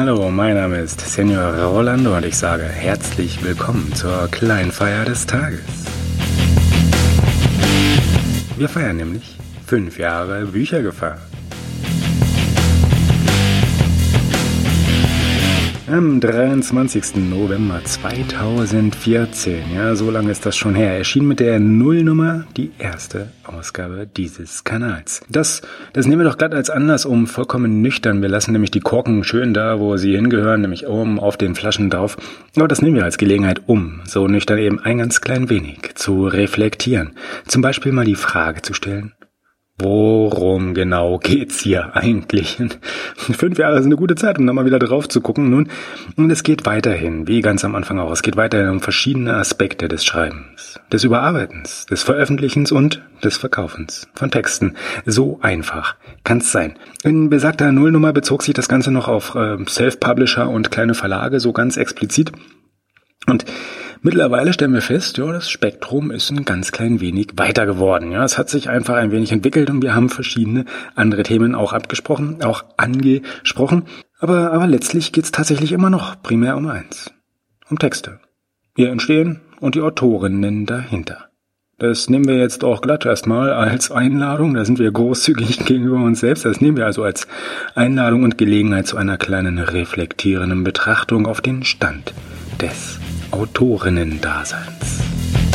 Hallo, mein Name ist Senior Rolando und ich sage herzlich willkommen zur kleinen Feier des Tages. Wir feiern nämlich 5 Jahre Büchergefahr. Am 23. November 2014, ja, so lange ist das schon her, erschien mit der Nullnummer die erste Ausgabe dieses Kanals. Das nehmen wir doch glatt als Anlass, um vollkommen nüchtern, wir lassen nämlich die Korken schön da, wo sie hingehören, nämlich oben auf den Flaschen drauf. Aber das nehmen wir als Gelegenheit, um so nüchtern eben ein ganz klein wenig zu reflektieren. Zum Beispiel mal die Frage zu stellen: Worum genau geht's hier eigentlich? 5 Jahre sind eine gute Zeit, um da mal wieder drauf zu gucken. Nun, und es geht weiterhin, wie ganz am Anfang auch, es geht weiterhin um verschiedene Aspekte des Schreibens, des Überarbeitens, des Veröffentlichens und des Verkaufens von Texten. So einfach kann's sein. In besagter Nullnummer bezog sich das Ganze noch auf Self-Publisher und kleine Verlage, so ganz explizit. Und mittlerweile stellen wir fest, ja, das Spektrum ist ein ganz klein wenig weiter geworden. Ja, es hat sich einfach ein wenig entwickelt und wir haben verschiedene andere Themen auch angesprochen. Aber letztlich geht's tatsächlich immer noch primär um eins: um Texte. Ihr Entstehen und die Autorinnen dahinter. Das nehmen wir jetzt auch glatt erstmal als Einladung. Da sind wir großzügig gegenüber uns selbst. Das nehmen wir also als Einladung und Gelegenheit zu einer kleinen reflektierenden Betrachtung auf den Stand des Autorinnen-Daseins.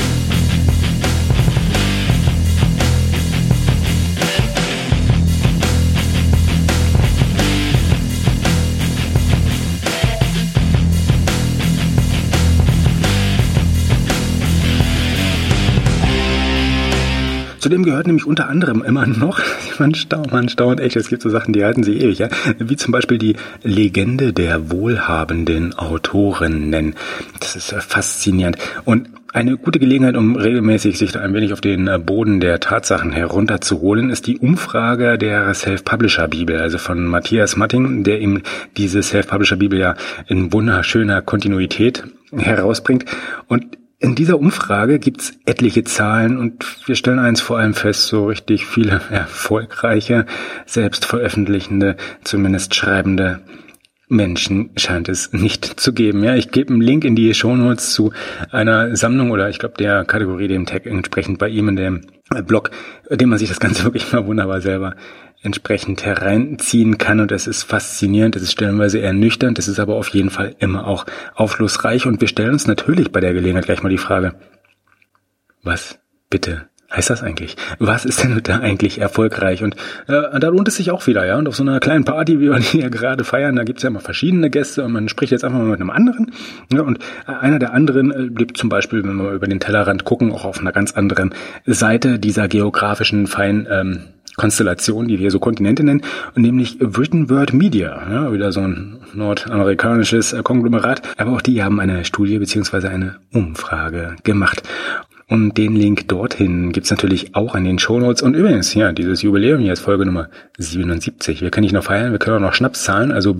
Zudem gehört nämlich unter anderem immer noch, man staunt echt, es gibt so Sachen, die halten sich ewig, ja, wie zum Beispiel die Legende der wohlhabenden Autorinnen. Das ist faszinierend und eine gute Gelegenheit, um regelmäßig sich da ein wenig auf den Boden der Tatsachen herunterzuholen, ist die Umfrage der Self-Publisher-Bibel, also von Matthias Matting, der ihm diese Self-Publisher-Bibel ja in wunderschöner Kontinuität herausbringt. Und in dieser Umfrage gibt's etliche Zahlen und wir stellen eins vor allem fest: so richtig viele erfolgreiche, selbst veröffentlichende, zumindest schreibende Menschen scheint es nicht zu geben. Ja, ich gebe einen Link in die Shownotes zu einer Sammlung oder ich glaube der Kategorie, dem Tag entsprechend bei ihm in dem Blog, dem man sich das Ganze wirklich mal wunderbar selber entsprechend hereinziehen kann, und es ist faszinierend, es ist stellenweise eher nüchtern, es ist aber auf jeden Fall immer auch aufschlussreich, und wir stellen uns natürlich bei der Gelegenheit gleich mal die Frage: Was bitte heißt das eigentlich? Was ist denn da eigentlich erfolgreich? Und da lohnt es sich auch wieder, ja, und auf so einer kleinen Party, wie wir die ja gerade feiern, da gibt's ja immer verschiedene Gäste und man spricht jetzt einfach mal mit einem anderen, ja, und einer der anderen lebt zum Beispiel, wenn wir über den Tellerrand gucken, auch auf einer ganz anderen Seite dieser geografischen feinen Konstellation, die wir so Kontinente nennen, und nämlich Written Word Media, ja, wieder so ein nordamerikanisches Konglomerat, aber auch die haben eine Studie bzw. eine Umfrage gemacht. Und den Link dorthin gibt's natürlich auch in den Shownotes. Und übrigens, ja, dieses Jubiläum hier ist Folge Nummer 77. Wir können nicht noch feiern, wir können auch noch Schnaps zahlen, also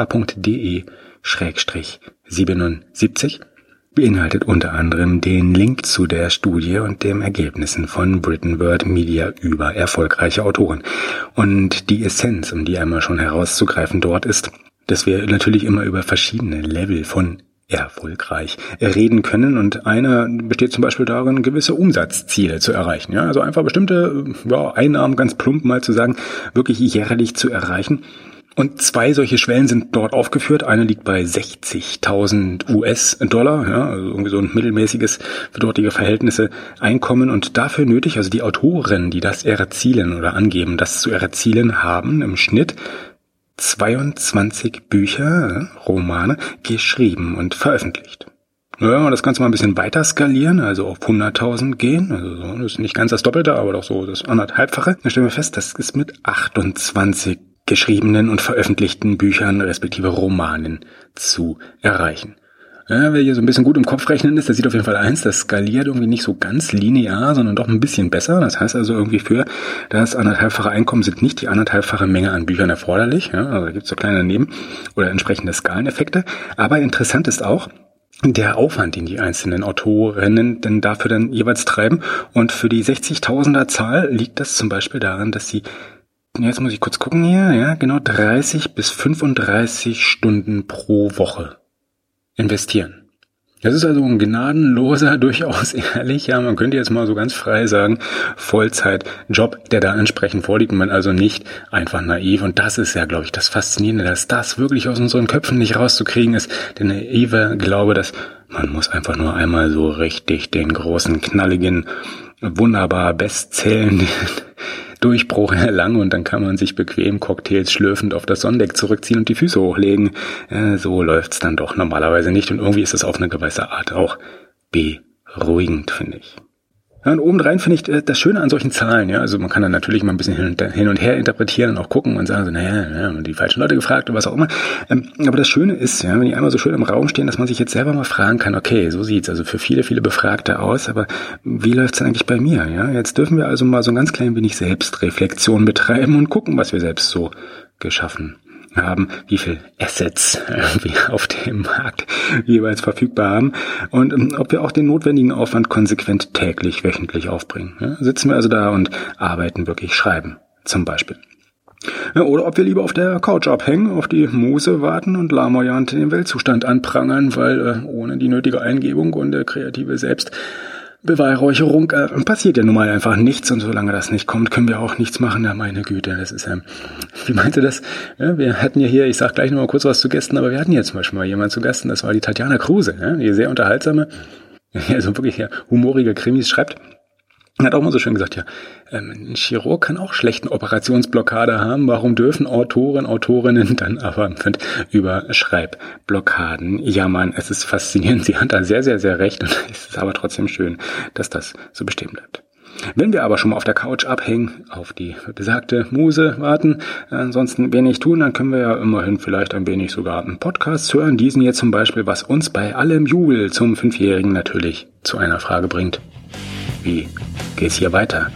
büchergefahr.de/77 beinhaltet unter anderem den Link zu der Studie und den Ergebnissen von Written Word Media über erfolgreiche Autoren. Und die Essenz, um die einmal schon herauszugreifen dort, ist, dass wir natürlich immer über verschiedene Level von erfolgreich reden können, und einer besteht zum Beispiel darin, gewisse Umsatzziele zu erreichen. Ja, also einfach bestimmte Einnahmen, ganz plump mal zu sagen, wirklich jährlich zu erreichen. Und 2 solche Schwellen sind dort aufgeführt. Eine liegt bei 60.000 US-Dollar, ja, also irgendwie so ein mittelmäßiges für dortige Verhältnisse Einkommen. Und dafür nötig, also die Autoren, die das erzielen oder angeben, das zu erzielen, haben im Schnitt 22 Bücher, Romane, geschrieben und veröffentlicht. Ja, das Ganze mal ein bisschen weiter skalieren, also auf 100.000 gehen, also so, das ist nicht ganz das Doppelte, aber doch so das 1,5-fache. Dann stellen wir fest, das ist mit 28 geschriebenen und veröffentlichten Büchern respektive Romanen zu erreichen. Ja, wer hier so ein bisschen gut im Kopf rechnen ist, der sieht auf jeden Fall eins: das skaliert irgendwie nicht so ganz linear, sondern doch ein bisschen besser. Das heißt also irgendwie für das 1,5-fache Einkommen sind nicht die 1,5-fache Menge an Büchern erforderlich. Ja, also da gibt's so kleine oder entsprechende Skaleneffekte. Aber interessant ist auch der Aufwand, den die einzelnen Autorinnen denn dafür dann jeweils treiben. Und für die 60.000er Zahl liegt das zum Beispiel daran, dass sie jetzt muss ich kurz gucken hier, ja, genau 30 bis 35 Stunden pro Woche investieren. Das ist also ein gnadenloser, durchaus ehrlich, ja, man könnte jetzt mal so ganz frei sagen, Vollzeitjob, der da entsprechend vorliegt und man also nicht einfach naiv. Und das ist ja, glaube ich, das Faszinierende, dass das wirklich aus unseren Köpfen nicht rauszukriegen ist. Der naive Glaube, dass man muss einfach nur einmal so richtig den großen, knalligen, wunderbar bestzählenden Durchbruch erlangen und dann kann man sich bequem Cocktails schlürfend auf das Sonnendeck zurückziehen und die Füße hochlegen. So läuft's dann doch normalerweise nicht und irgendwie ist das auf eine gewisse Art auch beruhigend, finde ich. Ja, und obendrein finde ich das Schöne an solchen Zahlen, ja, also man kann dann natürlich mal ein bisschen hin und her interpretieren und auch gucken und sagen so, naja, die falschen Leute gefragt oder was auch immer. Aber das Schöne ist, ja, wenn die einmal so schön im Raum stehen, dass man sich jetzt selber mal fragen kann, okay, so sieht's also für viele, viele Befragte aus, aber wie läuft's denn eigentlich bei mir, ja? Jetzt dürfen wir also mal so ein ganz klein wenig Selbstreflexion betreiben und gucken, was wir selbst so geschaffen haben, wie viel Assets wir auf dem Markt jeweils verfügbar haben und ob wir auch den notwendigen Aufwand konsequent täglich, wöchentlich aufbringen. Ja, sitzen wir also da und arbeiten wirklich, schreiben zum Beispiel. Ja, oder ob wir lieber auf der Couch abhängen, auf die Muse warten und lamoyant den Weltzustand anprangern, weil ohne die nötige Eingebung und der kreative Selbstbeweihräucherung passiert ja nun mal einfach nichts und solange das nicht kommt, können wir auch nichts machen. Ja, meine Güte, das ist wie meinte das? Ja, wir hatten ja hier, ich sag gleich noch mal kurz was zu Gästen, aber wir hatten jetzt zum Beispiel mal jemanden zu Gast und das war die Tatjana Kruse, ja, die sehr unterhaltsame, also wirklich ja, humorige Krimis schreibt. Er hat auch mal so schön gesagt, ja, ein Chirurg kann auch schlechten Operationsblockade haben. Warum dürfen Autorinnen dann aber über Schreibblockaden jammern? Es ist faszinierend. Sie hat da sehr, sehr, sehr recht. Und es ist aber trotzdem schön, dass das so bestehen bleibt. Wenn wir aber schon mal auf der Couch abhängen, auf die besagte Muse warten, ansonsten wenig tun, dann können wir ja immerhin vielleicht ein wenig sogar einen Podcast hören. Diesen hier zum Beispiel, was uns bei allem Jubel zum 5-Jährigen natürlich zu einer Frage bringt. Wie geht's hier weiter?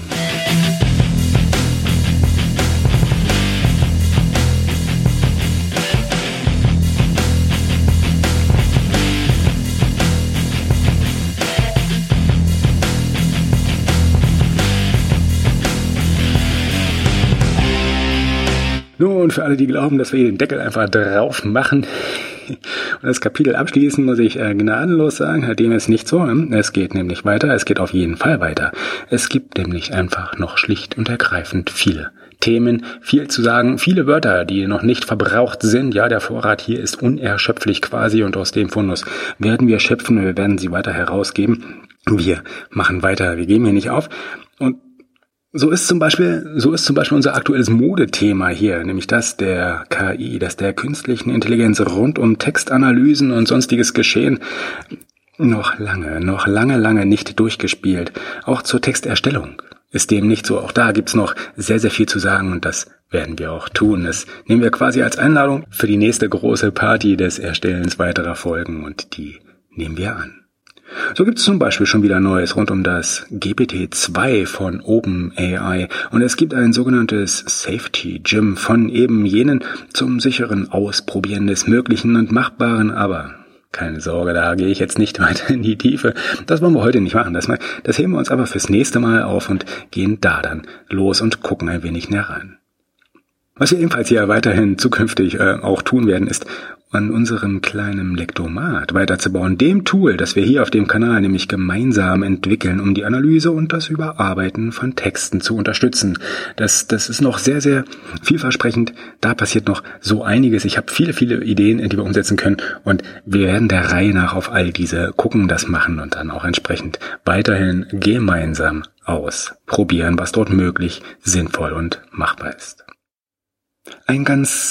Nun, für alle, die glauben, dass wir hier den Deckel einfach drauf machen und das Kapitel abschließen, muss ich gnadenlos sagen, dem ist nicht so. Es geht nämlich weiter, es geht auf jeden Fall weiter. Es gibt nämlich einfach noch schlicht und ergreifend viele Themen, viel zu sagen, viele Wörter, die noch nicht verbraucht sind. Ja, der Vorrat hier ist unerschöpflich quasi und aus dem Fundus werden wir schöpfen und wir werden sie weiter herausgeben. Wir machen weiter, wir geben hier nicht auf. Und so ist zum Beispiel unser aktuelles Modethema hier, nämlich das der KI, das der künstlichen Intelligenz rund um Textanalysen und sonstiges Geschehen noch lange nicht durchgespielt. Auch zur Texterstellung ist dem nicht so. Auch da gibt's noch sehr, sehr viel zu sagen und das werden wir auch tun. Das nehmen wir quasi als Einladung für die nächste große Party des Erstellens weiterer Folgen und die nehmen wir an. So gibt es zum Beispiel schon wieder Neues rund um das GPT-2 von OpenAI und es gibt ein sogenanntes Safety Gym von eben jenen zum sicheren Ausprobieren des Möglichen und Machbaren, aber keine Sorge, da gehe ich jetzt nicht weiter in die Tiefe. Das wollen wir heute nicht machen. Das heben wir uns aber fürs nächste Mal auf und gehen da dann los und gucken ein wenig näher rein. Was wir ebenfalls hier weiterhin zukünftig auch tun werden, ist an unserem kleinen Lektomat weiterzubauen, dem Tool, das wir hier auf dem Kanal nämlich gemeinsam entwickeln, um die Analyse und das Überarbeiten von Texten zu unterstützen. Das ist noch sehr, sehr vielversprechend. Da passiert noch so einiges. Ich habe viele, viele Ideen, die wir umsetzen können und wir werden der Reihe nach auf all diese gucken, das machen und dann auch entsprechend weiterhin gemeinsam ausprobieren, was dort möglich, sinnvoll und machbar ist. Ein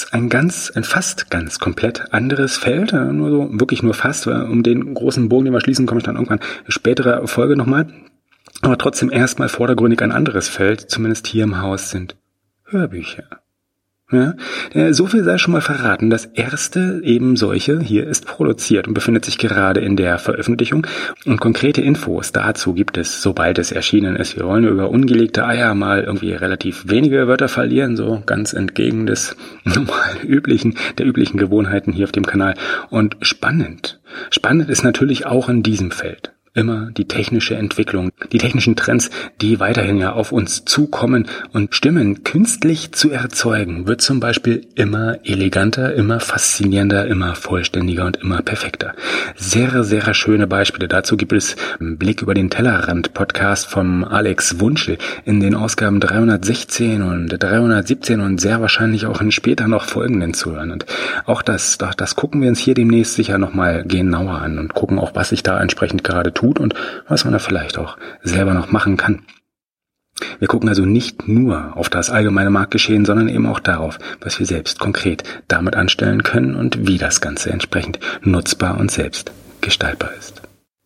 fast ganz komplett anderes Feld, wirklich nur fast, um den großen Bogen, den wir schließen, komme ich dann irgendwann in späterer Folge nochmal. Aber trotzdem erstmal vordergründig ein anderes Feld, zumindest hier im Haus, sind Hörbücher. Ja, so viel sei schon mal verraten. Das erste eben solche hier ist produziert und befindet sich gerade in der Veröffentlichung. Und konkrete Infos dazu gibt es, sobald es erschienen ist. Wir wollen über ungelegte Eier mal irgendwie relativ wenige Wörter verlieren, so ganz entgegen des normal der üblichen Gewohnheiten hier auf dem Kanal. Und spannend ist natürlich auch in diesem Feld immer die technische Entwicklung, die technischen Trends, die weiterhin ja auf uns zukommen, und Stimmen künstlich zu erzeugen, wird zum Beispiel immer eleganter, immer faszinierender, immer vollständiger und immer perfekter. Sehr, sehr schöne Beispiele. Dazu gibt es einen Blick über den Tellerrand-Podcast vom Alex Wunschel in den Ausgaben 316 und 317 und sehr wahrscheinlich auch in später noch folgenden zu hören. Und auch das gucken wir uns hier demnächst sicher nochmal genauer an und gucken auch, was sich da entsprechend gerade tut und was man da vielleicht auch selber noch machen kann. Wir gucken also nicht nur auf das allgemeine Marktgeschehen, sondern eben auch darauf, was wir selbst konkret damit anstellen können und wie das Ganze entsprechend nutzbar und selbst gestaltbar ist.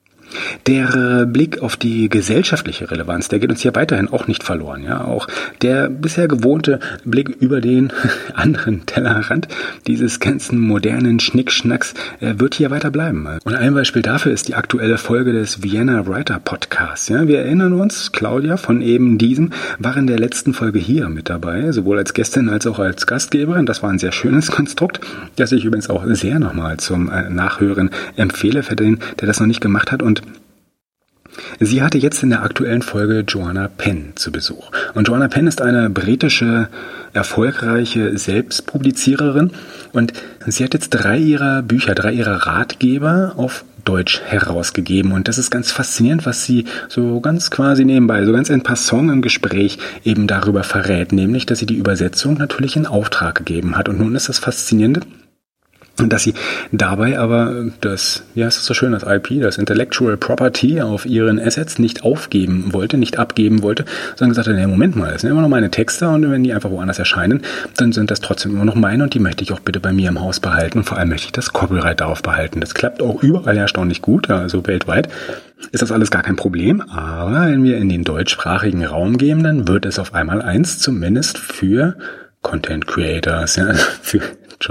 Der Blick auf die gesellschaftliche Relevanz, der geht uns hier weiterhin auch nicht verloren. Ja, auch der bisher gewohnte Blick über den anderen Tellerrand dieses ganzen modernen Schnickschnacks wird hier weiter bleiben. Und ein Beispiel dafür ist die aktuelle Folge des Vienna Writer Podcasts. Ja, wir erinnern uns, Claudia von eben diesem war in der letzten Folge hier mit dabei, sowohl als Gästin als auch als Gastgeberin. Das war ein sehr schönes Konstrukt, das ich übrigens auch sehr nochmal zum Nachhören empfehle für den, der das noch nicht gemacht hat. Und sie hatte jetzt in der aktuellen Folge Joanna Penn zu Besuch. Und Joanna Penn ist eine britische, erfolgreiche Selbstpubliziererin. Und sie hat jetzt 3 ihrer Ratgeber auf Deutsch herausgegeben. Und das ist ganz faszinierend, was sie so ganz quasi nebenbei, so ganz en passant im Gespräch eben darüber verrät. Nämlich, dass sie die Übersetzung natürlich in Auftrag gegeben hat. Und nun ist das Faszinierende, dass sie dabei aber das IP, das Intellectual Property auf ihren Assets nicht abgeben wollte, sondern gesagt hat, nee, Moment mal, das sind immer noch meine Texte und wenn die einfach woanders erscheinen, dann sind das trotzdem immer noch meine und die möchte ich auch bitte bei mir im Haus behalten und vor allem möchte ich das Copyright darauf behalten. Das klappt auch überall erstaunlich gut, also weltweit ist das alles gar kein Problem, aber wenn wir in den deutschsprachigen Raum gehen, dann wird es auf einmal eins, zumindest für Content Creators, ja, für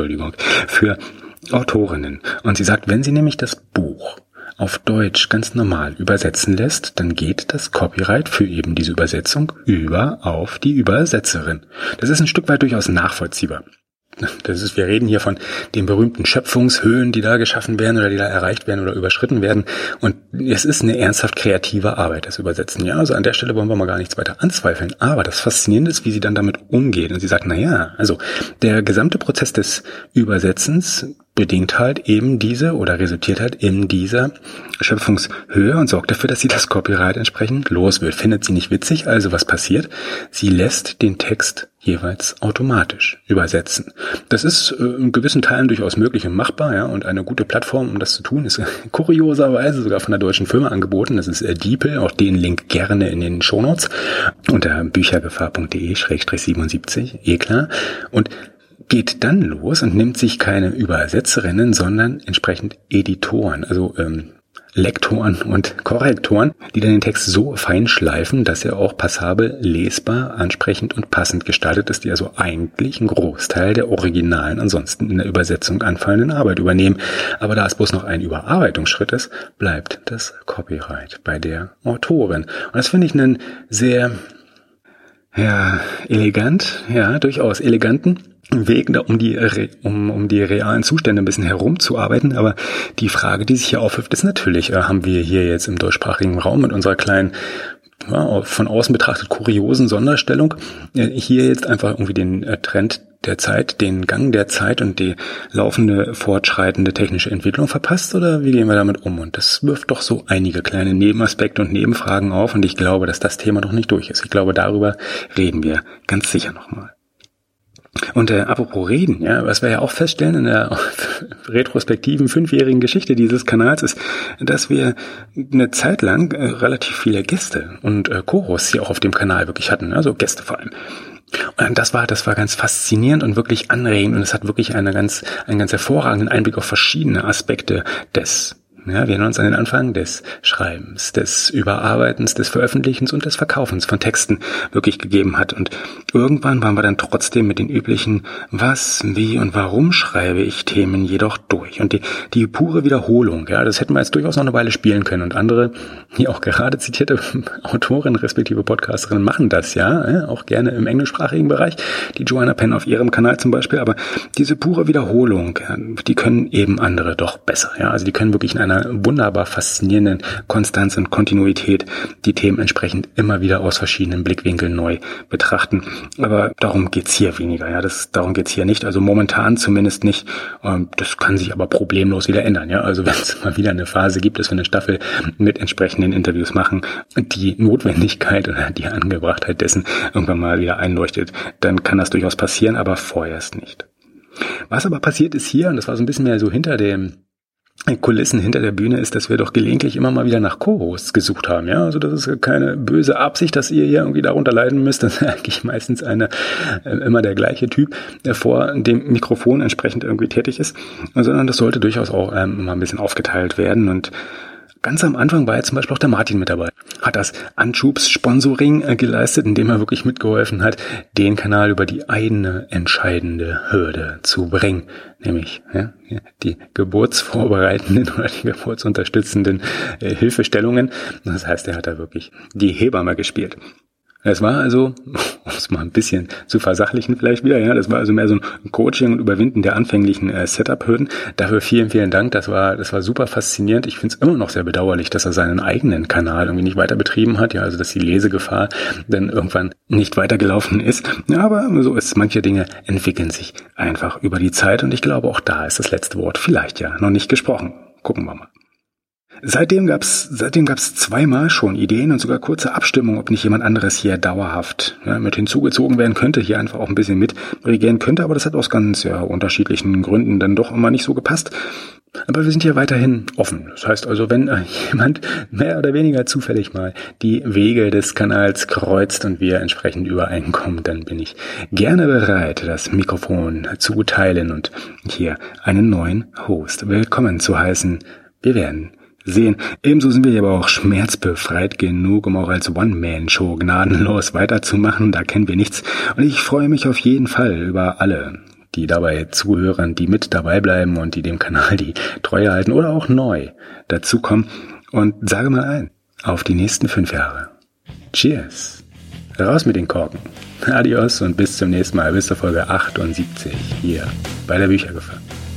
Autorinnen. Und sie sagt, wenn sie nämlich das Buch auf Deutsch ganz normal übersetzen lässt, dann geht das Copyright für eben diese Übersetzung über auf die Übersetzerin. Das ist ein Stück weit durchaus nachvollziehbar. Wir reden hier von den berühmten Schöpfungshöhen, die da geschaffen werden oder die da erreicht werden oder überschritten werden. Und es ist eine ernsthaft kreative Arbeit, das Übersetzen. Ja, also an der Stelle wollen wir mal gar nichts weiter anzweifeln. Aber das Faszinierende ist, wie sie dann damit umgeht. Und sie sagt, also der gesamte Prozess des Übersetzens bedingt halt eben resultiert halt in dieser Schöpfungshöhe und sorgt dafür, dass sie das Copyright entsprechend los wird. Findet sie nicht witzig, also was passiert? Sie lässt den Text jeweils automatisch übersetzen. Das ist in gewissen Teilen durchaus möglich und machbar, ja, und eine gute Plattform, um das zu tun, ist kurioserweise sogar von einer deutschen Firma angeboten. Das ist DeepL, auch den Link gerne in den Shownotes unter büchergefahr.de/77, klar. Und geht dann los und nimmt sich keine Übersetzerinnen, sondern entsprechend Editoren, also Lektoren und Korrektoren, die dann den Text so fein schleifen, dass er auch passabel, lesbar, ansprechend und passend gestaltet ist, die also eigentlich einen Großteil der originalen, ansonsten in der Übersetzung anfallenden Arbeit übernehmen. Aber da es bloß noch ein Überarbeitungsschritt ist, bleibt das Copyright bei der Autorin. Und das finde ich einen sehr, durchaus eleganten Weg, um die realen Zustände ein bisschen herumzuarbeiten. Aber die Frage, die sich hier aufwirft, ist natürlich, haben wir hier jetzt im deutschsprachigen Raum mit unserer kleinen, von außen betrachtet kuriosen Sonderstellung, hier jetzt einfach irgendwie den Trend der Zeit, den Gang der Zeit und die laufende, fortschreitende technische Entwicklung verpasst, oder wie gehen wir damit um? Und das wirft doch so einige kleine Nebenaspekte und Nebenfragen auf und ich glaube, dass das Thema noch nicht durch ist. Ich glaube, darüber reden wir ganz sicher nochmal. Und apropos Reden, ja, was wir ja auch feststellen in der retrospektiven 5-jährigen Geschichte dieses Kanals ist, dass wir eine Zeit lang relativ viele Gäste und Co-Hosts hier auch auf dem Kanal wirklich hatten, also Gäste vor allem. Und das war ganz faszinierend und wirklich anregend und es hat wirklich einen ganz hervorragenden Einblick auf verschiedene Aspekte des, wir erinnern uns an den Anfang des Schreibens, des Überarbeitens, des Veröffentlichens und des Verkaufens von Texten wirklich gegeben hat. Und irgendwann waren wir dann trotzdem mit den üblichen was, wie und warum schreibe ich Themen jedoch durch. Und die pure Wiederholung, das hätten wir jetzt durchaus noch eine Weile spielen können. Und andere, hier auch gerade zitierte Autoren respektive Podcasterinnen machen das auch gerne im englischsprachigen Bereich. Die Joanna Penn auf ihrem Kanal zum Beispiel. Aber diese pure Wiederholung, die können eben andere doch besser. Also die können wirklich in einer einer wunderbar faszinierenden Konstanz und Kontinuität die Themen entsprechend immer wieder aus verschiedenen Blickwinkeln neu betrachten. Aber darum geht's hier weniger. Ja, darum geht's hier nicht. Also momentan zumindest nicht. Das kann sich aber problemlos wieder ändern. Ja, also wenn es mal wieder eine Phase gibt, dass wir eine Staffel mit entsprechenden Interviews machen, die Notwendigkeit oder die Angebrachtheit dessen irgendwann mal wieder einleuchtet, dann kann das durchaus passieren, aber vorerst nicht. Was aber passiert ist hier, und das war so ein bisschen mehr so hinter den Kulissen, hinter der Bühne, ist, dass wir doch gelegentlich immer mal wieder nach Co-Hosts gesucht haben. Ja, also das ist keine böse Absicht, dass ihr hier irgendwie darunter leiden müsst. Das ist eigentlich meistens immer der gleiche Typ, der vor dem Mikrofon entsprechend irgendwie tätig ist, sondern das sollte durchaus auch mal ein bisschen aufgeteilt werden. Und ganz am Anfang war jetzt zum Beispiel auch der Martin mit dabei. Hat das Anschubs-Sponsoring geleistet, indem er wirklich mitgeholfen hat, den Kanal über die eine entscheidende Hürde zu bringen. Nämlich die geburtsvorbereitenden oder die geburtsunterstützenden Hilfestellungen. Das heißt, er hat da wirklich die Hebamme gespielt. Es war also, um es mal ein bisschen zu versachlichen vielleicht wieder, ja, das war also mehr so ein Coaching und Überwinden der anfänglichen Setup-Hürden. Dafür vielen, vielen Dank. Das war super faszinierend. Ich finde es immer noch sehr bedauerlich, dass er seinen eigenen Kanal irgendwie nicht weiter betrieben hat, ja, also dass die Lesegefahr dann irgendwann nicht weitergelaufen ist. Ja, aber so ist es. Manche Dinge entwickeln sich einfach über die Zeit und ich glaube, auch da ist das letzte Wort vielleicht ja noch nicht gesprochen. Gucken wir mal. Seitdem gab's zweimal schon Ideen und sogar kurze Abstimmung, ob nicht jemand anderes hier dauerhaft mit hinzugezogen werden könnte, hier einfach auch ein bisschen mit regieren könnte, aber das hat aus ganz unterschiedlichen Gründen dann doch immer nicht so gepasst. Aber wir sind hier weiterhin offen. Das heißt also, wenn jemand mehr oder weniger zufällig mal die Wege des Kanals kreuzt und wir entsprechend übereinkommen, dann bin ich gerne bereit, das Mikrofon zu teilen und hier einen neuen Host willkommen zu heißen. Wir werden sehen. Ebenso sind wir aber auch schmerzbefreit genug, um auch als One-Man-Show gnadenlos weiterzumachen. Da kennen wir nichts. Und ich freue mich auf jeden Fall über alle, die dabei zuhören, die mit dabei bleiben und die dem Kanal die Treue halten oder auch neu dazukommen. Und sage mal ein, auf die nächsten 5 Jahre. Cheers. Raus mit den Korken. Adios und bis zum nächsten Mal, bis zur Folge 78 hier bei der Büchergefahr.